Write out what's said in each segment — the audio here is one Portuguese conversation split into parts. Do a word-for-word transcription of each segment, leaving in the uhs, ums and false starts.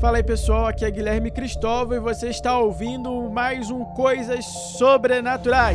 Fala aí pessoal, aqui é Guilherme Cristóvão e você está ouvindo mais um Coisas Sobrenaturais.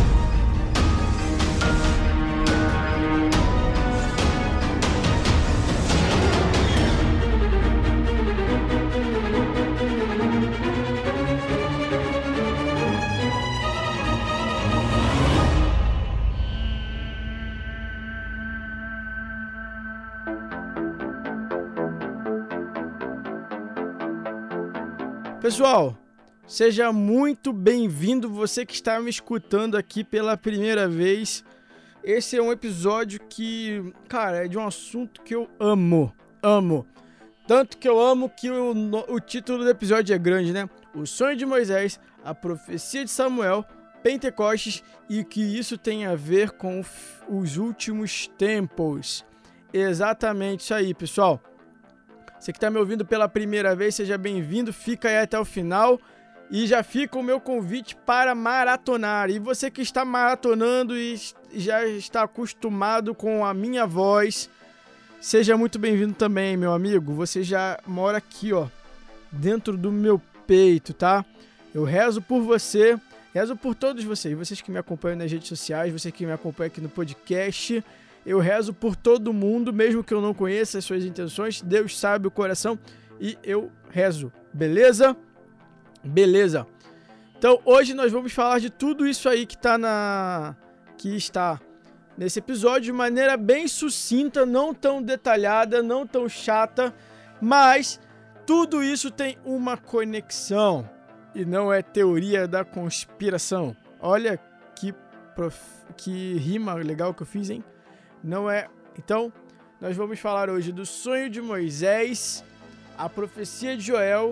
Pessoal, seja muito bem-vindo, você que está me escutando aqui pela primeira vez. Esse é um episódio que, cara, é de um assunto que eu amo, amo. Tanto que eu amo que o, o título do episódio é grande, né? O sonho de Moisés, a profecia de Samuel, Pentecostes e o que isso tem a ver com os últimos tempos. Exatamente isso aí, pessoal. Você que está me ouvindo pela primeira vez, seja bem-vindo, fica aí até o final e já fica o meu convite para maratonar. E você que está maratonando e já está acostumado com a minha voz, seja muito bem-vindo também, meu amigo. Você já mora aqui, ó, dentro do meu peito, tá? Eu rezo por você, rezo por todos vocês, vocês que me acompanham nas redes sociais, vocês que me acompanham aqui no podcast. Eu rezo por todo mundo, mesmo que eu não conheça as suas intenções. Deus sabe o coração e eu rezo. Beleza? Beleza. Então, hoje nós vamos falar de tudo isso aí que, tá na... que está nesse episódio de maneira bem sucinta, não tão detalhada, não tão chata, mas tudo isso tem uma conexão e não é teoria da conspiração. Olha que, prof... que rima legal que eu fiz, hein? Não é. Então, nós vamos falar hoje do sonho de Moisés, a profecia de Joel,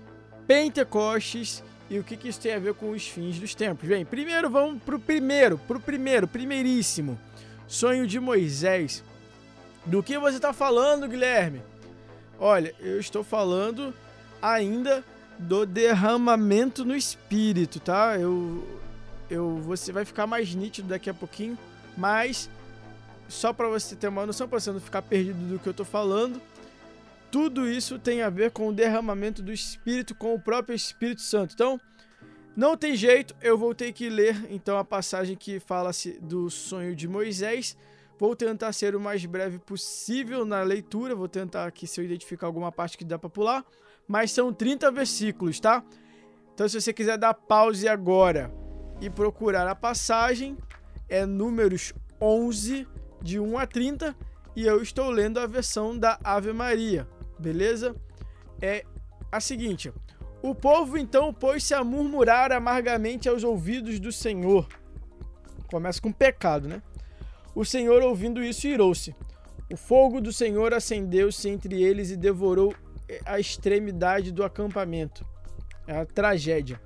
Pentecostes e o que, que isso tem a ver com os fins dos tempos. Bem, primeiro vamos pro primeiro, pro primeiro, primeiríssimo, sonho de Moisés. Do que você está falando, Guilherme? Olha, eu estou falando ainda do derramamento no Espírito, tá? Eu, eu, você vai ficar mais nítido daqui a pouquinho, mas só para você ter uma noção, para você não ficar perdido do que eu tô falando, tudo isso tem a ver com o derramamento do Espírito, com o próprio Espírito Santo. Então, não tem jeito, eu vou ter que ler então a passagem que fala-se do sonho de Moisés. Vou tentar ser o mais breve possível na leitura, vou tentar aqui se eu identificar alguma parte que dá para pular, mas são trinta versículos, tá? Então, se você quiser dar pause agora e procurar a passagem, é Números onze, de um a trinta, e eu estou lendo a versão da Ave Maria, beleza? É a seguinte: o povo então pôs-se a murmurar amargamente aos ouvidos do Senhor. Começa com pecado, né? O Senhor, ouvindo isso, irou-se. O fogo do Senhor acendeu-se entre eles e devorou a extremidade do acampamento. É a tragédia.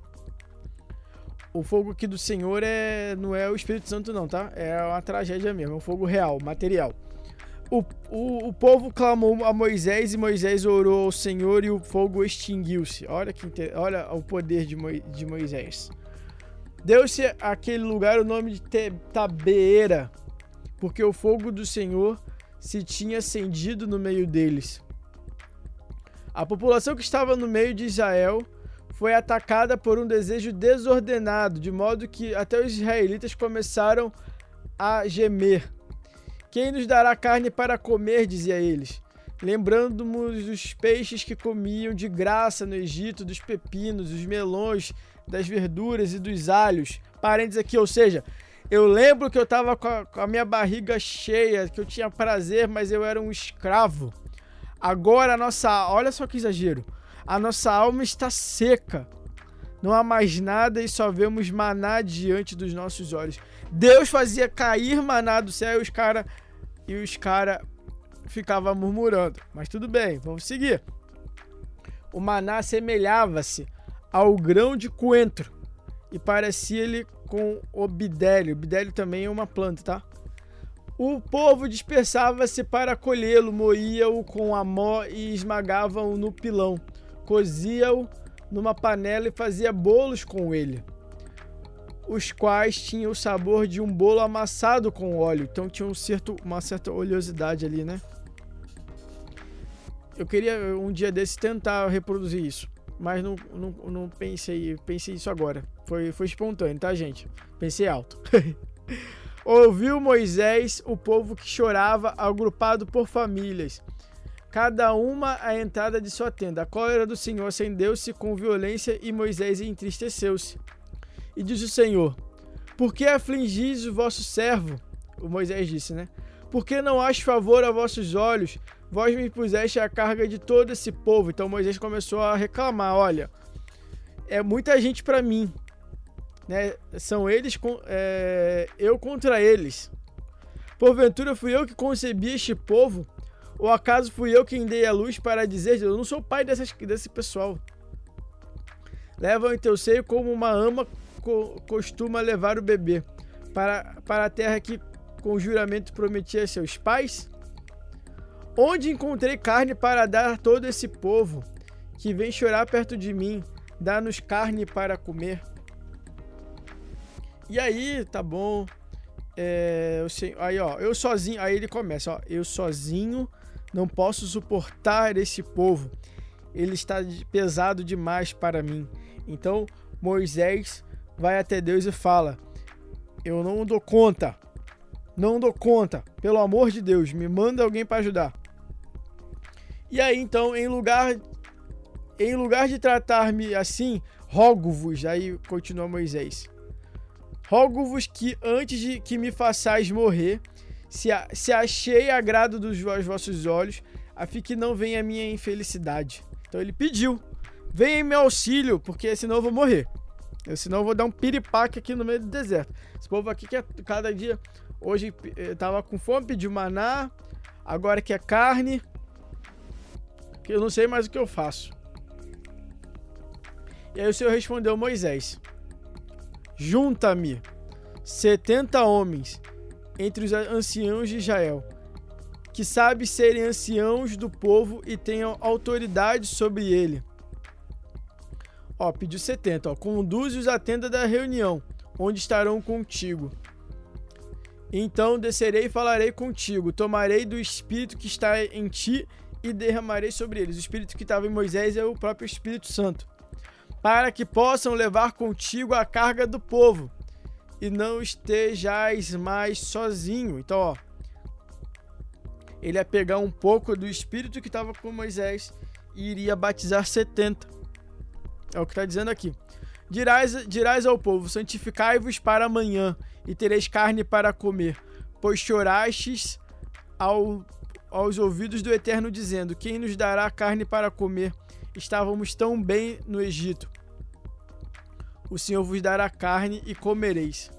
O fogo aqui do Senhor é, não é o Espírito Santo não, tá? É uma tragédia mesmo, é um fogo real, material. O, o, o povo clamou a Moisés e Moisés orou ao Senhor e o fogo extinguiu-se. Olha, que, olha o poder de, Mo, de Moisés. Deu-se àquele lugar o nome de Tabeera, porque o fogo do Senhor se tinha acendido no meio deles. A população que estava no meio de Israel foi atacada por um desejo desordenado, de modo que até os israelitas começaram a gemer. Quem nos dará carne para comer, dizia eles, lembrando-nos dos peixes que comiam de graça no Egito, dos pepinos, dos melões, das verduras e dos alhos. Parênteses aqui, ou seja, eu lembro que eu estava com, com a minha barriga cheia, que eu tinha prazer, mas eu era um escravo. Agora a nossa... Olha só que exagero. A nossa alma está seca. Não há mais nada e só vemos maná diante dos nossos olhos. Deus fazia cair maná do céu e os caras e os cara ficavam murmurando. Mas tudo bem, vamos seguir. O maná assemelhava-se ao grão de coentro e parecia-lhe com o bidélio. O bidélio também é uma planta, tá? O povo dispersava-se para colhê-lo, moía-o com a mó e esmagava-o no pilão. Cozia-o numa panela e fazia bolos com ele, os quais tinham o sabor de um bolo amassado com óleo. Então tinha um certo, uma certa oleosidade ali, né? Eu queria um dia desse tentar reproduzir isso, mas não, não, não pensei, pensei isso agora. Foi, foi espontâneo, tá, gente? Pensei alto. Ouviu Moisés o povo que chorava, agrupado por famílias, cada uma à entrada de sua tenda. A cólera do Senhor acendeu-se com violência e Moisés entristeceu-se. E disse o Senhor: por que afligis o vosso servo? O Moisés disse, né? Por que não acho favor a vossos olhos? Vós me puseste a carga de todo esse povo. Então Moisés começou a reclamar: olha, é muita gente para mim, né? São eles, com, é, eu contra eles. Porventura fui eu que concebi este povo? Ou acaso fui eu quem dei a luz para dizer: eu não sou pai dessas, desse pessoal? Leva em teu seio como uma ama co, costuma levar o bebê para, para a terra que com juramento prometia a seus pais? Onde encontrei carne para dar a todo esse povo que vem chorar perto de mim? Dá-nos carne para comer. E aí, tá bom. É, eu sei, aí, ó, eu sozinho. Aí ele começa, ó. Eu sozinho não posso suportar esse povo. Ele está pesado demais para mim. Então Moisés vai até Deus e fala: eu não dou conta. Não dou conta. Pelo amor de Deus, me manda alguém para ajudar. E aí, então, em lugar, em lugar de tratar-me assim, rogo-vos. Aí continua Moisés. Rogo-vos que antes de que me façais morrer, se, a, se achei agrado dos vossos olhos, a fim que não venha a minha infelicidade. Então ele pediu: venha em meu auxílio, porque senão eu vou morrer. Eu, senão eu vou dar um piripaque aqui no meio do deserto. Esse povo aqui quer cada dia. Hoje eu tava com fome, pediu maná. Agora quer carne. Que eu não sei mais o que eu faço. E aí o Senhor respondeu a Moisés: junta-me setenta homens entre os anciãos de Israel, que sabem serem anciãos do povo e tenham autoridade sobre ele. Ó, pediu setenta, ó. Conduze-os à tenda da reunião, onde estarão contigo. Então descerei e falarei contigo. Tomarei do Espírito que está em ti e derramarei sobre eles. O Espírito que estava em Moisés é o próprio Espírito Santo, para que possam levar contigo a carga do povo, e não estejais mais sozinho. Então, ó, ele ia pegar um pouco do Espírito que estava com Moisés e iria batizar setenta. É o que está dizendo aqui. Dirás, dirás ao povo: santificai-vos para amanhã, e tereis carne para comer, pois chorastes ao, aos ouvidos do Eterno, dizendo: quem nos dará carne para comer? Estávamos tão bem no Egito. O Senhor vos dará carne e comereis.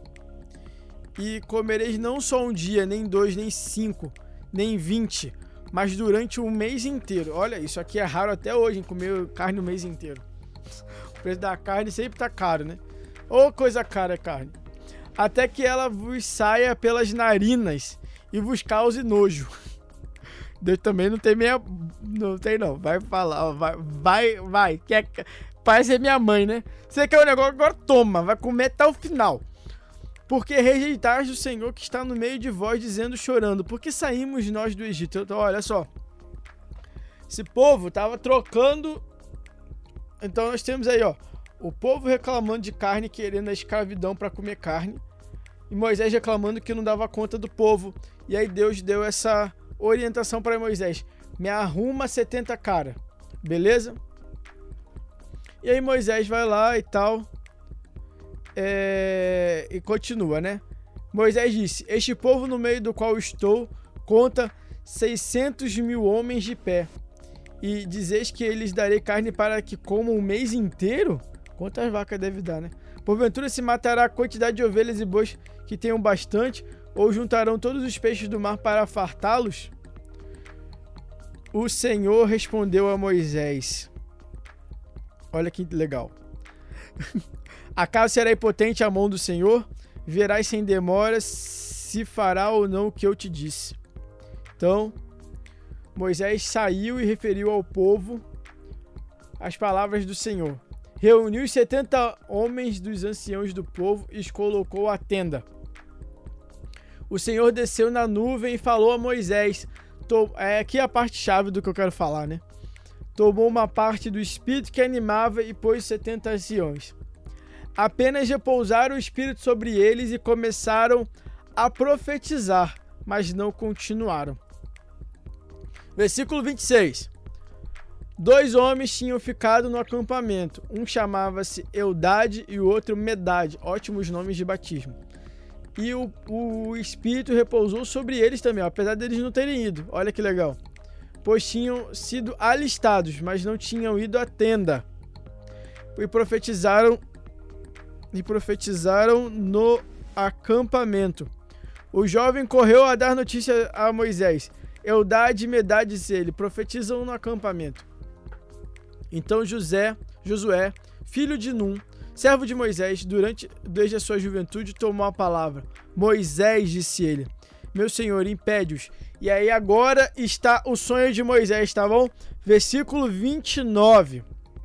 E comereis não só um dia, nem dois, nem cinco, nem vinte, mas durante um mês inteiro. Olha, isso aqui é raro até hoje, em comer carne o mês inteiro. O preço da carne sempre tá caro, né? Ô, coisa cara é carne. Até que ela vos saia pelas narinas e vos cause nojo. Deus também não tem meia... Não tem não, vai falar, vai, vai, vai. Quer... Parece ser minha mãe, né? Você quer o negócio, agora toma, vai comer até o final. Porque rejeitais o Senhor que está no meio de vós, dizendo, chorando: por que saímos nós do Egito? Então, olha só. Esse povo tava trocando. Então nós temos aí, ó, o povo reclamando de carne, querendo a escravidão para comer carne. E Moisés reclamando que não dava conta do povo. E aí Deus deu essa orientação para Moisés: me arruma setenta cara, beleza? E aí Moisés vai lá e tal, é... e continua, né? Moisés disse: este povo no meio do qual estou conta seiscentos mil homens de pé, e dizeis que eles darei carne para que comam um mês inteiro? Quantas vacas deve dar, né? Porventura se matará a quantidade de ovelhas e bois que tenham bastante, ou juntarão todos os peixes do mar para fartá-los? O Senhor respondeu a Moisés: olha que legal. Acaso será impotente a mão do Senhor? Verás sem demora se fará ou não o que eu te disse. Então, Moisés saiu e referiu ao povo as palavras do Senhor. Reuniu os setenta homens dos anciãos do povo e os colocou à tenda. O Senhor desceu na nuvem e falou a Moisés. Tô, é aqui a parte chave do que eu quero falar, né? tomou uma parte do espírito que animava e pôs setenta anciões. Apenas repousaram o espírito sobre eles e começaram a profetizar, mas não continuaram. Versículo vinte e seis. Dois homens tinham ficado no acampamento. Um chamava-se Eudade e o outro Medade. Ótimos nomes de batismo. E o, o Espírito repousou sobre eles também, ó, apesar deles não terem ido. Olha que legal. Pois tinham sido alistados, mas não tinham ido à tenda. E profetizaram, e profetizaram no acampamento. O jovem correu a dar notícia a Moisés. Eudade e Medade, disse ele, profetizam no acampamento. Então José, Josué, filho de Num, servo de Moisés, durante, desde a sua juventude, tomou a palavra. Moisés, disse ele, meu senhor, impede-os. E aí agora está o sonho de Moisés, tá bom? Versículo vinte e nove.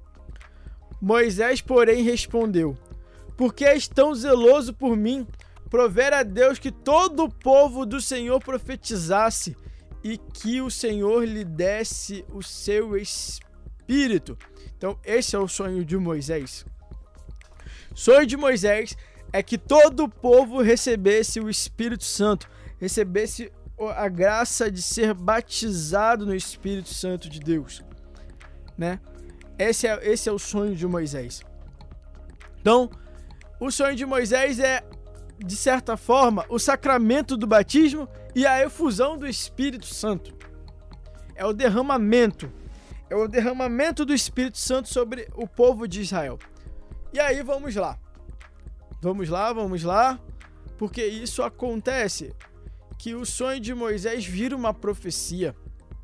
Moisés, porém, respondeu, por que és tão zeloso por mim? Provera a Deus que todo o povo do Senhor profetizasse e que o Senhor lhe desse o seu espírito. Então, esse é o sonho de Moisés. O sonho de Moisés é que todo o povo recebesse o Espírito Santo, recebesse a graça de ser batizado no Espírito Santo de Deus, né? Esse é, esse é o sonho de Moisés. Então, o sonho de Moisés é, de certa forma, o sacramento do batismo e a efusão do Espírito Santo. É o derramamento. É o derramamento do Espírito Santo sobre o povo de Israel. E aí, vamos lá. Vamos lá, vamos lá. Porque isso acontece. Que o sonho de Moisés vira uma profecia.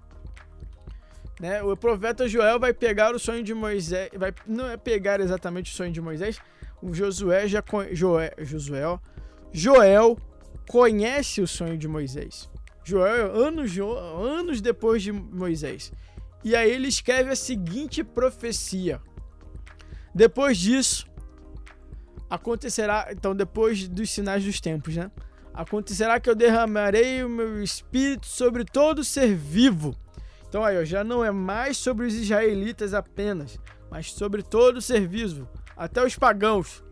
Né? O profeta Joel vai pegar o sonho de Moisés. Vai, não é pegar exatamente o sonho de Moisés. O Josué já Joel, Josué, Joel conhece o sonho de Moisés. Joel, anos, anos depois de Moisés. E aí ele escreve a seguinte profecia. Depois disso, acontecerá, então depois dos sinais dos tempos, né? Acontecerá que eu derramarei o meu espírito sobre todo ser vivo. Então aí, ó, já não é mais sobre os israelitas apenas, mas sobre todo ser vivo, até os pagãos.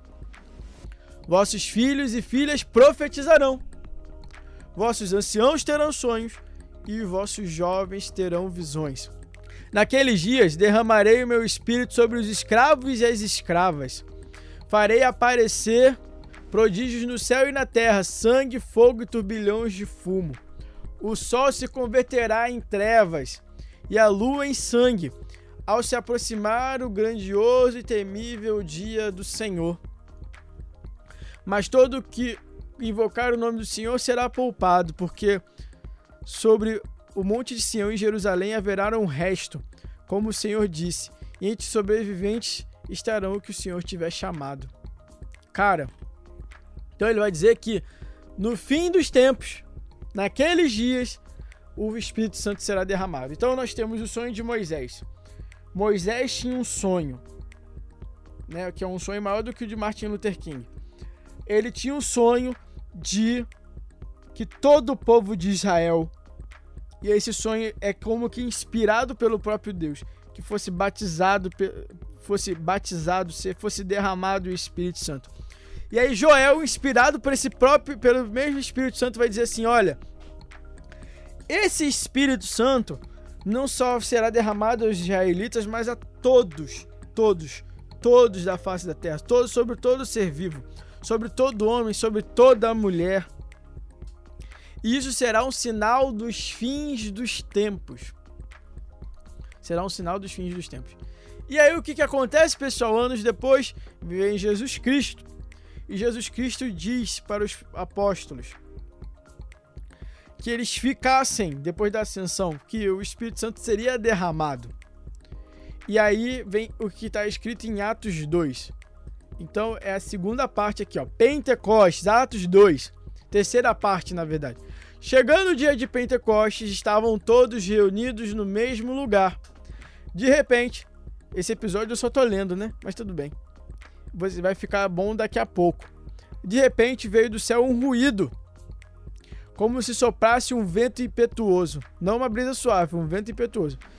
Vossos filhos e filhas profetizarão. Vossos anciãos terão sonhos e vossos jovens terão visões. Naqueles dias derramarei o meu espírito sobre os escravos e as escravas. Farei aparecer prodígios no céu e na terra, sangue, fogo e turbilhões de fumo. O sol se converterá em trevas e a lua em sangue, ao se aproximar o grandioso e temível dia do Senhor. Mas todo que invocar o nome do Senhor será poupado, porque sobre o monte de Sião em Jerusalém haverá um resto, como o Senhor disse, e entre sobreviventes estarão o que o Senhor tiver chamado. Cara, então ele vai dizer que no fim dos tempos, naqueles dias, o Espírito Santo será derramado. Então nós temos o sonho de Moisés. Moisés tinha um sonho, né, que é um sonho maior do que o de Martin Luther King. Ele tinha um sonho de que todo o povo de Israel, e esse sonho é como que inspirado pelo próprio Deus, que fosse batizado, fosse batizado, fosse derramado o Espírito Santo. E aí Joel, inspirado por esse próprio, pelo mesmo Espírito Santo, vai dizer assim, olha, esse Espírito Santo não só será derramado aos israelitas, mas a todos, todos, todos da face da terra, todos, sobre todo ser vivo, sobre todo homem, sobre toda mulher. E isso será um sinal dos fins dos tempos. Será um sinal dos fins dos tempos. E aí o que, que acontece, pessoal? Anos depois, vem Jesus Cristo. E Jesus Cristo diz para os apóstolos que eles ficassem, depois da ascensão, que o Espírito Santo seria derramado. E aí vem o que está escrito em Atos dois. Então é a segunda parte aqui, ó. Pentecostes, Atos dois. Terceira parte, na verdade. Chegando o dia de Pentecostes, estavam todos reunidos no mesmo lugar. De repente, esse episódio eu só tô lendo, né? Mas tudo bem. Você vai ficar bom daqui a pouco. De repente veio do céu um ruído, como se soprasse um vento impetuoso. Não uma brisa suave, um vento impetuoso.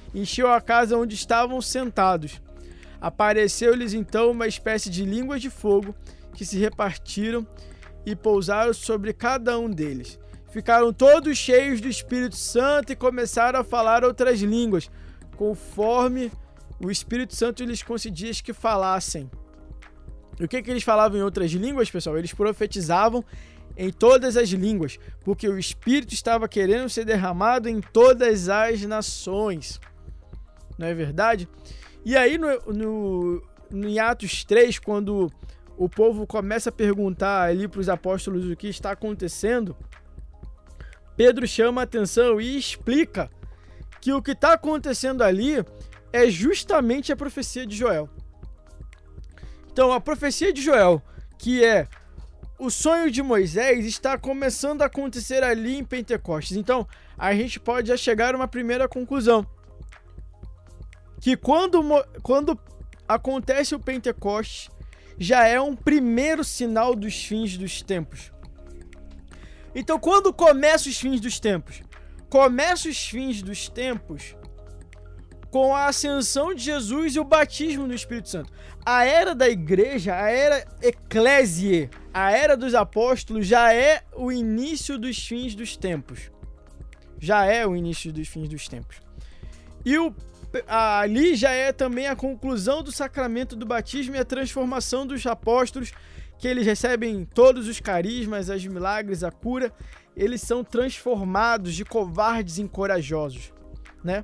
encheu a casa onde estavam sentados. Apareceu-lhes então uma espécie de línguas de fogo que se repartiram e pousaram sobre cada um deles. Ficaram todos cheios do Espírito Santo e começaram a falar outras línguas, conforme o Espírito Santo lhes concedia que falassem. E o que, que eles falavam em outras línguas, pessoal? Eles profetizavam em todas as línguas, porque o Espírito estava querendo ser derramado em todas as nações. Não é verdade? E aí, no, no, no, em Atos três, quando o povo começa a perguntar ali para os apóstolos o que está acontecendo, Pedro chama a atenção e explica que o que está acontecendo ali é justamente a profecia de Joel. Então, a profecia de Joel, que é o sonho de Moisés, está começando a acontecer ali em Pentecostes. Então, a gente pode já chegar a uma primeira conclusão. Que quando, quando acontece o Pentecostes, já é um primeiro sinal dos fins dos tempos. Então, quando começam os fins dos tempos? Começam os fins dos tempos com a ascensão de Jesus e o batismo no Espírito Santo. A era da igreja, a era eclésie, a era dos apóstolos já é o início dos fins dos tempos. Já é o início dos fins dos tempos. E o, ali já é também a conclusão do sacramento do batismo e a transformação dos apóstolos, que eles recebem todos os carismas, os milagres, a cura. Eles são transformados de covardes em corajosos, né?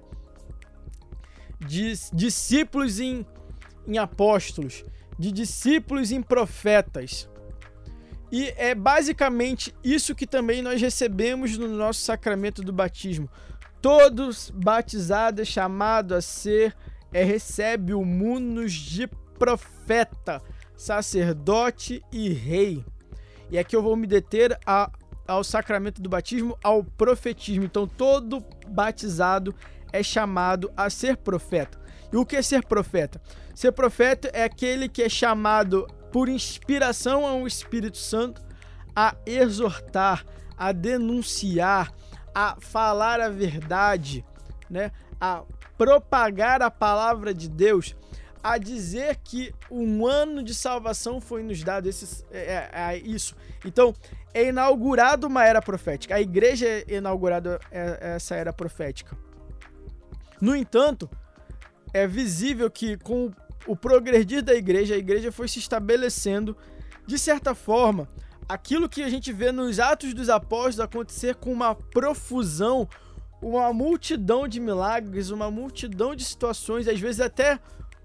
De discípulos em, em apóstolos, de discípulos em profetas. E é basicamente isso que também nós recebemos no nosso sacramento do batismo. Todos batizados, chamado a ser, é, recebe o munus de profeta, sacerdote e rei. E aqui eu vou me deter a, ao sacramento do batismo, ao profetismo. Então todo batizado é chamado a ser profeta. E o que é ser profeta? Ser profeta é aquele que é chamado por inspiração ao Espírito Santo a exortar, a denunciar, a falar a verdade, né? A propagar a palavra de Deus, a dizer que um ano de salvação foi nos dado. Esse, é, é isso. Então, é inaugurada uma era profética. A igreja é inaugurada essa era profética. No entanto, é visível que com o progredir da igreja, a igreja foi se estabelecendo, de certa forma, aquilo que a gente vê nos Atos dos Apóstolos acontecer com uma profusão, uma multidão de milagres, uma multidão de situações, às vezes até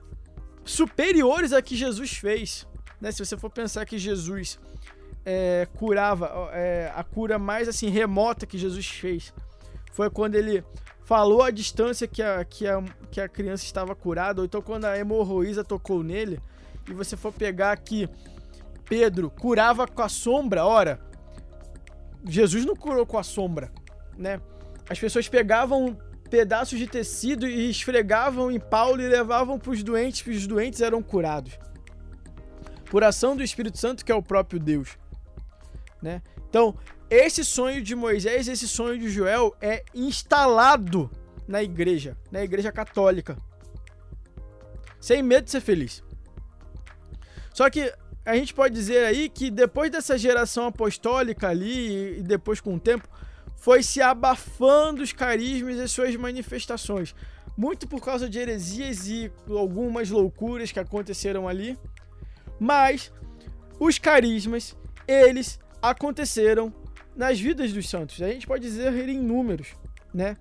superiores a que Jesus fez, né? Se você for pensar que Jesus é, curava, é, a cura mais assim remota que Jesus fez foi quando ele falou a distância que a, que, a, que a criança estava curada, ou então quando a hemorroísa tocou nele. E você for pegar que Pedro curava com a sombra, ora, Jesus não curou com a sombra, né? As pessoas pegavam pedaços de tecido e esfregavam em Paulo e levavam para os doentes, que os doentes eram curados. Por ação do Espírito Santo, que é o próprio Deus, né? Então, esse sonho de Moisés, esse sonho de Joel é instalado na igreja, na igreja católica. Sem medo de ser feliz. Só que a gente pode dizer aí que depois dessa geração apostólica ali, e depois com o tempo, foi se abafando os carismas e suas manifestações. Muito por causa de heresias e algumas loucuras que aconteceram ali. Mas os carismas, eles aconteceram nas vidas dos santos. A gente pode dizer em números, né?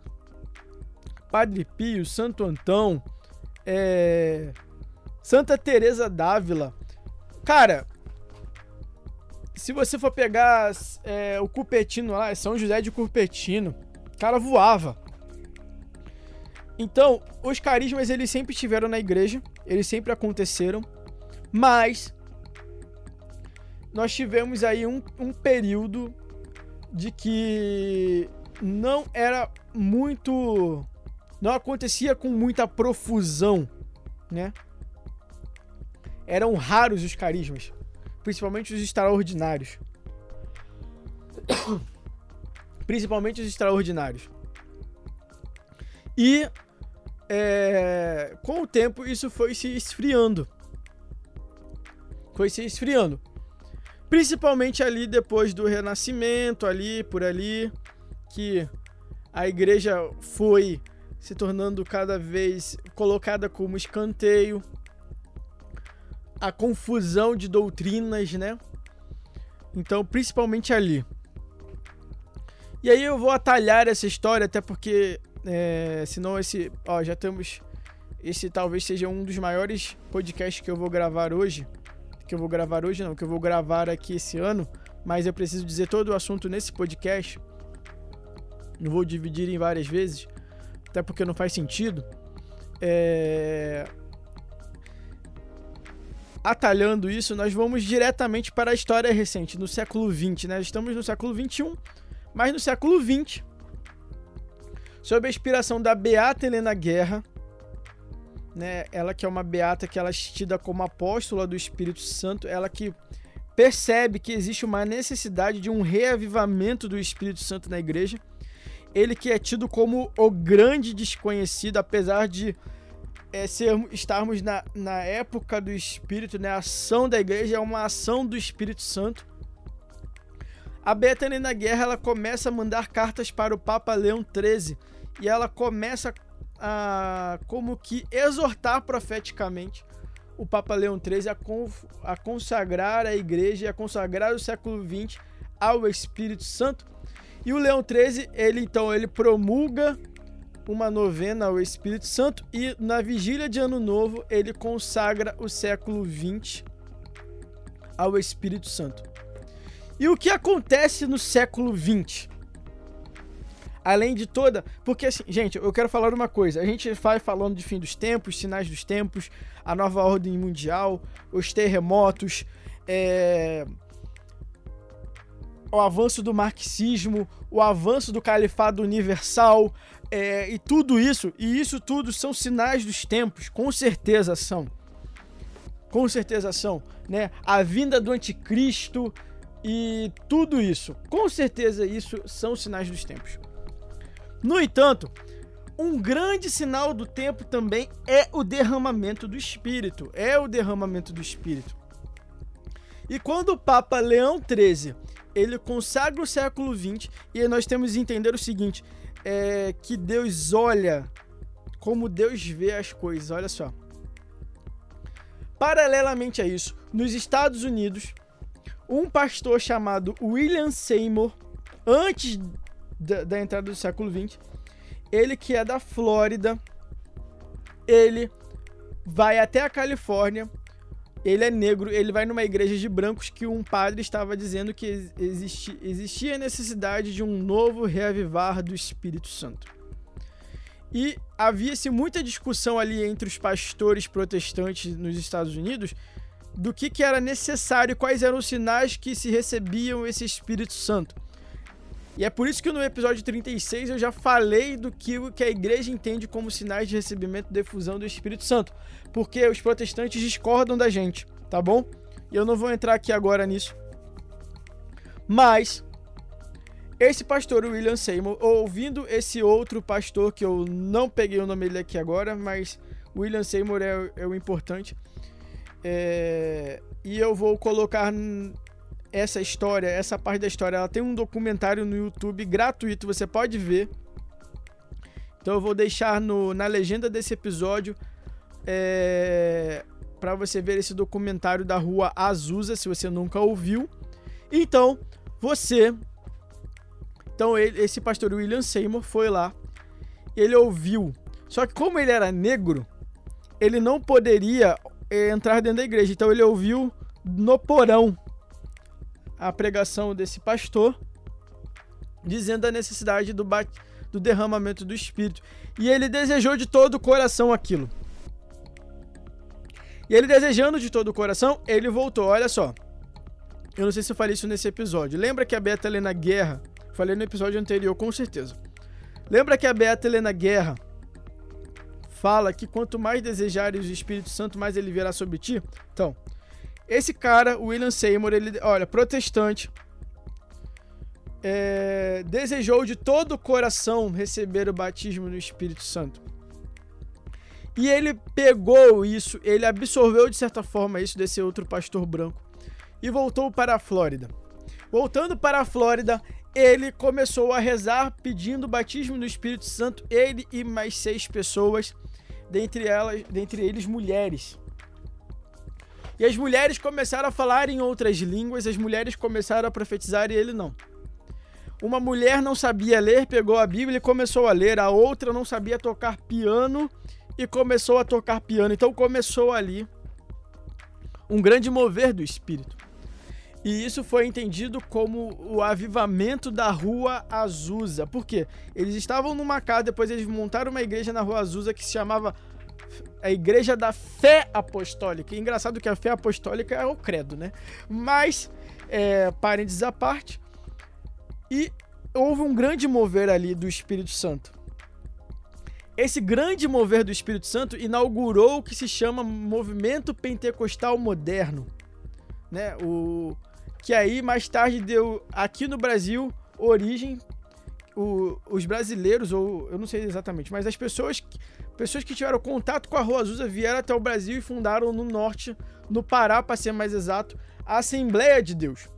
Padre Pio, Santo Antão, é... Santa Teresa d'Ávila. Cara, se você for pegar é, o Cupertino lá, São José de Cupertino, o cara voava. Então, os carismas, eles sempre estiveram na igreja, eles sempre aconteceram, mas nós tivemos aí um, um período de que não era muito... não acontecia com muita profusão, né? Eram raros os carismas, principalmente os extraordinários. Principalmente os extraordinários. E é, com o tempo isso foi se esfriando. Foi se esfriando. Principalmente ali depois do Renascimento, ali, por ali, que a igreja foi se tornando cada vez colocada como escanteio. A confusão de doutrinas, né? Então, principalmente ali. E aí eu vou atalhar essa história, até porque, é, senão esse... Ó, já temos... Esse talvez seja um dos maiores podcasts que eu vou gravar hoje. Que eu vou gravar hoje, não. Que eu vou gravar aqui esse ano. Mas eu preciso dizer todo o assunto nesse podcast. Não vou dividir em várias vezes. Até porque não faz sentido. É... Atalhando isso, nós vamos diretamente para a história recente, no século vinte, né? Estamos no século vinte e um, mas no século vinte, sob a inspiração da Beata Helena Guerra, né? Ela que é uma beata que ela é tida como apóstola do Espírito Santo, ela que percebe que existe uma necessidade de um reavivamento do Espírito Santo na igreja. Ele que é tido como o grande desconhecido, apesar de É, sermos, estarmos na, na época do Espírito, né? A ação da igreja é uma ação do Espírito Santo. A Beata Helena Guerra, ela começa a mandar cartas para o Papa Leão treze e ela começa a como que exortar profeticamente o Papa Leão treze a, conf, a consagrar a igreja e a consagrar o século vinte ao Espírito Santo. E o Leão treze, ele então ele promulga uma novena ao Espírito Santo e na vigília de Ano Novo ele consagra o século vinte ao Espírito Santo. E o que acontece no século vinte? Além de toda... Porque assim, gente, eu quero falar uma coisa. A gente vai falando de fim dos tempos, sinais dos tempos, a nova ordem mundial, os terremotos, é... o avanço do marxismo, o avanço do califado universal, é, e tudo isso, e isso tudo são sinais dos tempos, com certeza são. Com certeza são, né? A vinda do anticristo e tudo isso, com certeza isso são sinais dos tempos. No entanto, um grande sinal do tempo também é o derramamento do Espírito, é o derramamento do Espírito. E quando o Papa Leão treze, ele consagra o século vinte, e nós temos que entender o seguinte, é que Deus olha como Deus vê as coisas, olha só. Paralelamente a isso, nos Estados Unidos, um pastor chamado William Seymour, antes da, da entrada do século vinte, ele que é da Flórida, ele vai até a Califórnia. Ele é negro, ele vai numa igreja de brancos que um padre estava dizendo que existi, existia a necessidade de um novo reavivar do Espírito Santo. E havia-se muita discussão ali entre os pastores protestantes nos Estados Unidos do que, que era necessário, quais eram os sinais que se recebiam esse Espírito Santo. E é por isso que no episódio trinta e seis eu já falei do que, que a igreja entende como sinais de recebimento e difusão do Espírito Santo. Porque os protestantes discordam da gente, tá bom? E eu não vou entrar aqui agora nisso. Mas esse pastor William Seymour, ouvindo esse outro pastor, que eu não peguei o nome dele aqui agora, mas William Seymour é, é o importante. É, e eu vou colocar essa história, essa parte da história, ela tem um documentário no YouTube gratuito, você pode ver. Então eu vou deixar no, na legenda desse episódio é, para você ver esse documentário da Rua Azusa, se você nunca ouviu. Então, você... Então ele, esse pastor William Seymour foi lá, ele ouviu. Só que como ele era negro, ele não poderia é, entrar dentro da igreja. Então ele ouviu no porão a pregação desse pastor, dizendo a necessidade do, bat... do derramamento do Espírito. E ele desejou de todo o coração aquilo. E ele desejando de todo o coração, ele voltou. Olha só. Eu não sei se eu falei isso nesse episódio. Lembra que a Beata Helena Guerra... Falei no episódio anterior, com certeza. Lembra que a Beata Helena Guerra fala que quanto mais desejares o Espírito Santo, mais ele virá sobre ti? Então... Esse cara, William Seymour, ele, olha, protestante, é, desejou de todo o coração receber o batismo no Espírito Santo. E ele pegou isso, ele absorveu de certa forma isso desse outro pastor branco e voltou para a Flórida. Voltando para a Flórida, ele começou a rezar pedindo o batismo no Espírito Santo, ele e mais seis pessoas, dentre elas, dentre eles mulheres. E as mulheres começaram a falar em outras línguas, as mulheres começaram a profetizar e ele não. Uma mulher não sabia ler, pegou a Bíblia e começou a ler, a outra não sabia tocar piano e começou a tocar piano. Então começou ali um grande mover do Espírito. E isso foi entendido como o avivamento da Rua Azusa. Por quê? Eles estavam numa casa, depois eles montaram uma igreja na Rua Azusa que se chamava a Igreja da Fé Apostólica. E engraçado que a fé apostólica é o credo, né? Mas, é, parênteses à parte, e houve um grande mover ali do Espírito Santo. Esse grande mover do Espírito Santo inaugurou o que se chama Movimento Pentecostal Moderno, né? O que aí mais tarde deu aqui no Brasil origem o, os brasileiros, ou eu não sei exatamente, mas as pessoas, pessoas que tiveram contato com a Rua Azusa vieram até o Brasil e fundaram no norte, no Pará, para ser mais exato, a Assembleia de Deus.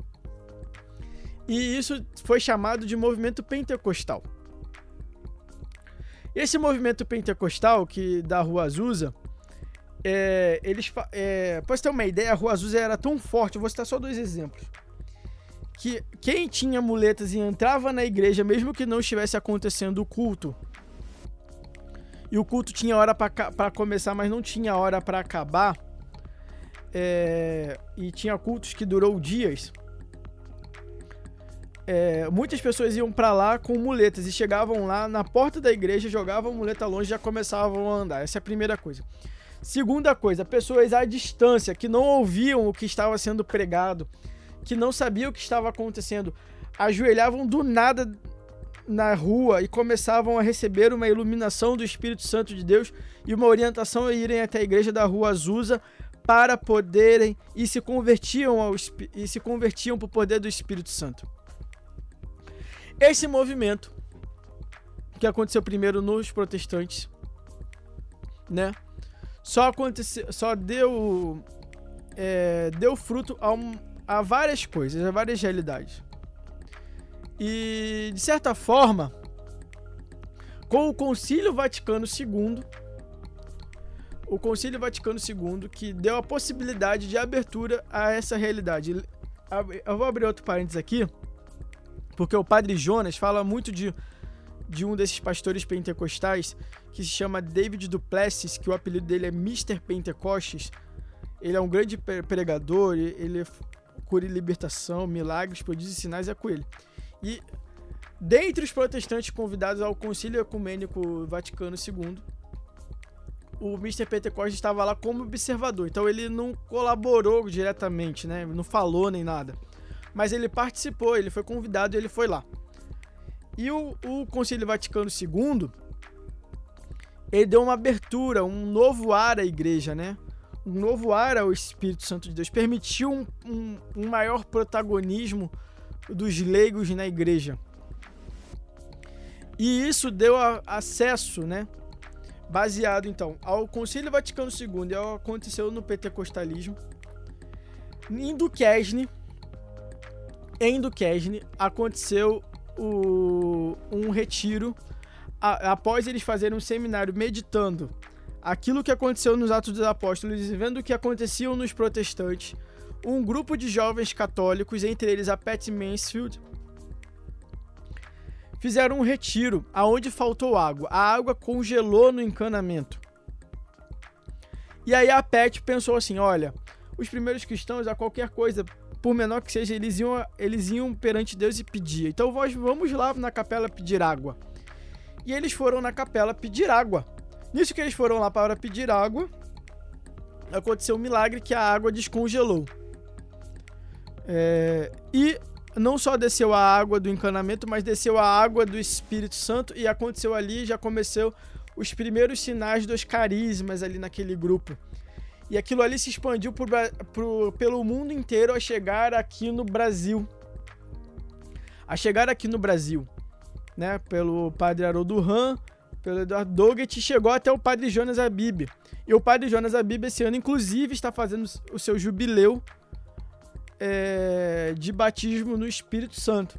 E isso foi chamado de movimento pentecostal. Esse movimento pentecostal que da Rua Azusa, é, eles, é, para você ter uma ideia, a Rua Azusa era tão forte, eu vou citar só dois exemplos, que quem tinha muletas e entrava na igreja, mesmo que não estivesse acontecendo o culto, e o culto tinha hora para começar, mas não tinha hora para acabar, é, e tinha cultos que durou dias, É, muitas pessoas iam pra lá com muletas e chegavam lá na porta da igreja, jogavam a muleta longe e já começavam a andar. Essa é a primeira coisa. Segunda coisa, pessoas à distância que não ouviam o que estava sendo pregado, que não sabiam o que estava acontecendo, ajoelhavam do nada na rua e começavam a receber uma iluminação do Espírito Santo de Deus e uma orientação a irem até a igreja da Rua Azusa para poderem e se convertiam ao, e se convertiam para o poder do Espírito Santo. Esse movimento, que aconteceu primeiro nos protestantes, né, só, aconteceu, só deu, é, deu fruto a, um, a várias coisas, a várias realidades. E, de certa forma, com o Concílio Vaticano segundo, o Concílio Vaticano segundo, que deu a possibilidade de abertura a essa realidade. Eu vou abrir outro parênteses aqui, porque o Padre Jonas fala muito de, de um desses pastores pentecostais que se chama David Duplessis, que o apelido dele é mister Pentecostes. Ele é um grande pregador, ele cura e libertação, milagres, prodígios e sinais, é com ele. E dentre os protestantes convidados ao Concílio Ecumênico Vaticano segundo, o mister Pentecostes estava lá como observador, então ele não colaborou diretamente, né? Não falou nem nada. Mas ele participou, ele foi convidado e ele foi lá. E o, o Concílio Vaticano segundo, ele deu uma abertura, um novo ar à igreja, né? Um novo ar ao Espírito Santo de Deus. Permitiu um, um, um maior protagonismo dos leigos na igreja. E isso deu a, acesso, né? Baseado, então, ao Concílio Vaticano segundo e ao que aconteceu no pentecostalismo. Em Duquesne, Em Duquesne aconteceu o, um retiro a, após eles fazerem um seminário meditando aquilo que aconteceu nos Atos dos Apóstolos e vendo o que acontecia nos protestantes. Um grupo de jovens católicos, entre eles a Pat Mansfield, fizeram um retiro aonde faltou água. A água congelou no encanamento. E aí a Pat pensou assim, olha, os primeiros cristãos, a qualquer coisa, por menor que seja, eles iam, eles iam perante Deus e pediam. Então nós vamos lá na capela pedir água. E eles foram na capela pedir água. Nisso que eles foram lá para pedir água, aconteceu um milagre que a água descongelou. É, e não só desceu a água do encanamento, mas desceu a água do Espírito Santo e aconteceu ali, já começou os primeiros sinais dos carismas ali naquele grupo. E aquilo ali se expandiu por, por, pelo mundo inteiro a chegar aqui no Brasil. A chegar aqui no Brasil, né? Pelo padre Haroldo Ram, pelo Eduardo Doggett, chegou até o Padre Jonas Abib. E o Padre Jonas Abib esse ano, inclusive, está fazendo o seu jubileu é, de batismo no Espírito Santo.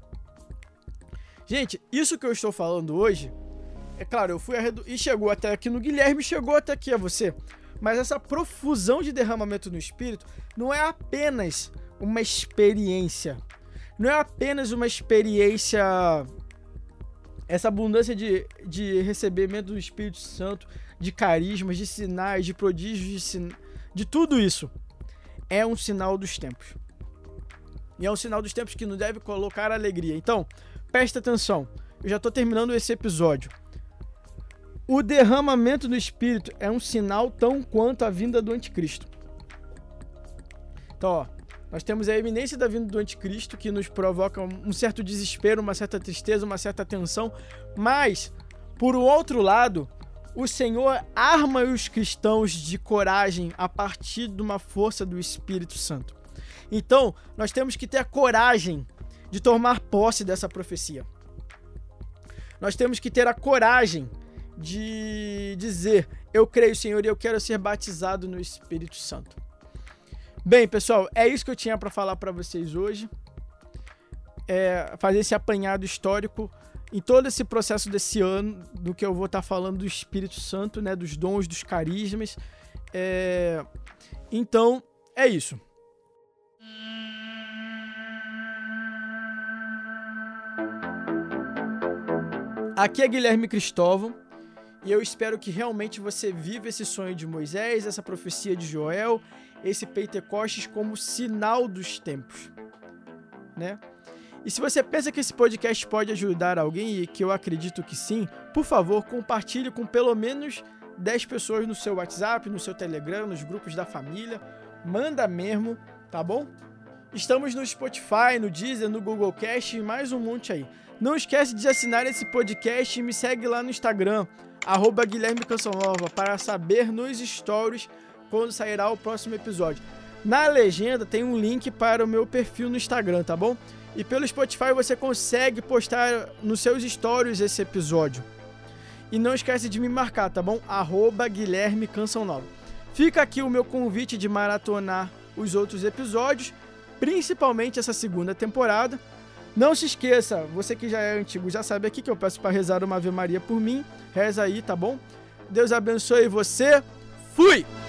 Gente, isso que eu estou falando hoje, é claro, eu fui arredo... e chegou até aqui no Guilherme, chegou até aqui a você. Mas essa profusão de derramamento no Espírito não é apenas uma experiência. Não é apenas uma experiência... Essa abundância de, de recebimento do Espírito Santo, de carismas, de sinais, de prodígios, de, sin... de tudo isso, é um sinal dos tempos. E é um sinal dos tempos que nos deve colocar alegria. Então, presta atenção. Eu já estou terminando esse episódio. O derramamento do Espírito é um sinal tão quanto a vinda do Anticristo. Então, ó, nós temos a iminência da vinda do Anticristo, que nos provoca um certo desespero, uma certa tristeza, uma certa tensão. Mas, por outro lado, o Senhor arma os cristãos de coragem a partir de uma força do Espírito Santo. Então, nós temos que ter a coragem de tomar posse dessa profecia. Nós temos que ter a coragem de dizer: eu creio, Senhor, e eu quero ser batizado no Espírito Santo. Bem, pessoal, é isso que eu tinha para falar para vocês hoje. É fazer esse apanhado histórico em todo esse processo desse ano, do que eu vou estar falando do Espírito Santo, né, dos dons, dos carismas. É... Então, é isso. Aqui é Guilherme Cristóvão e eu espero que realmente você viva esse sonho de Moisés, essa profecia de Joel, esse Pentecostes como sinal dos tempos, né? E se você pensa que esse podcast pode ajudar alguém, e que eu acredito que sim, por favor, compartilhe com pelo menos dez pessoas no seu WhatsApp, no seu Telegram, nos grupos da família. Manda mesmo, tá bom? Estamos no Spotify, no Deezer, no Google Cast e mais um monte aí. Não esquece de assinar esse podcast e me segue lá no Instagram, arroba Guilherme Canção Nova, para saber nos stories quando sairá o próximo episódio. Na legenda tem um link para o meu perfil no Instagram, tá bom? E pelo Spotify você consegue postar nos seus stories esse episódio. E não esquece de me marcar, tá bom? Arroba Guilherme Canção Nova. Fica aqui o meu convite de maratonar os outros episódios, principalmente essa segunda temporada. Não se esqueça, você que já é antigo já sabe aqui que eu peço para rezar uma Ave Maria por mim. Reza aí, tá bom? Deus abençoe você. Fui!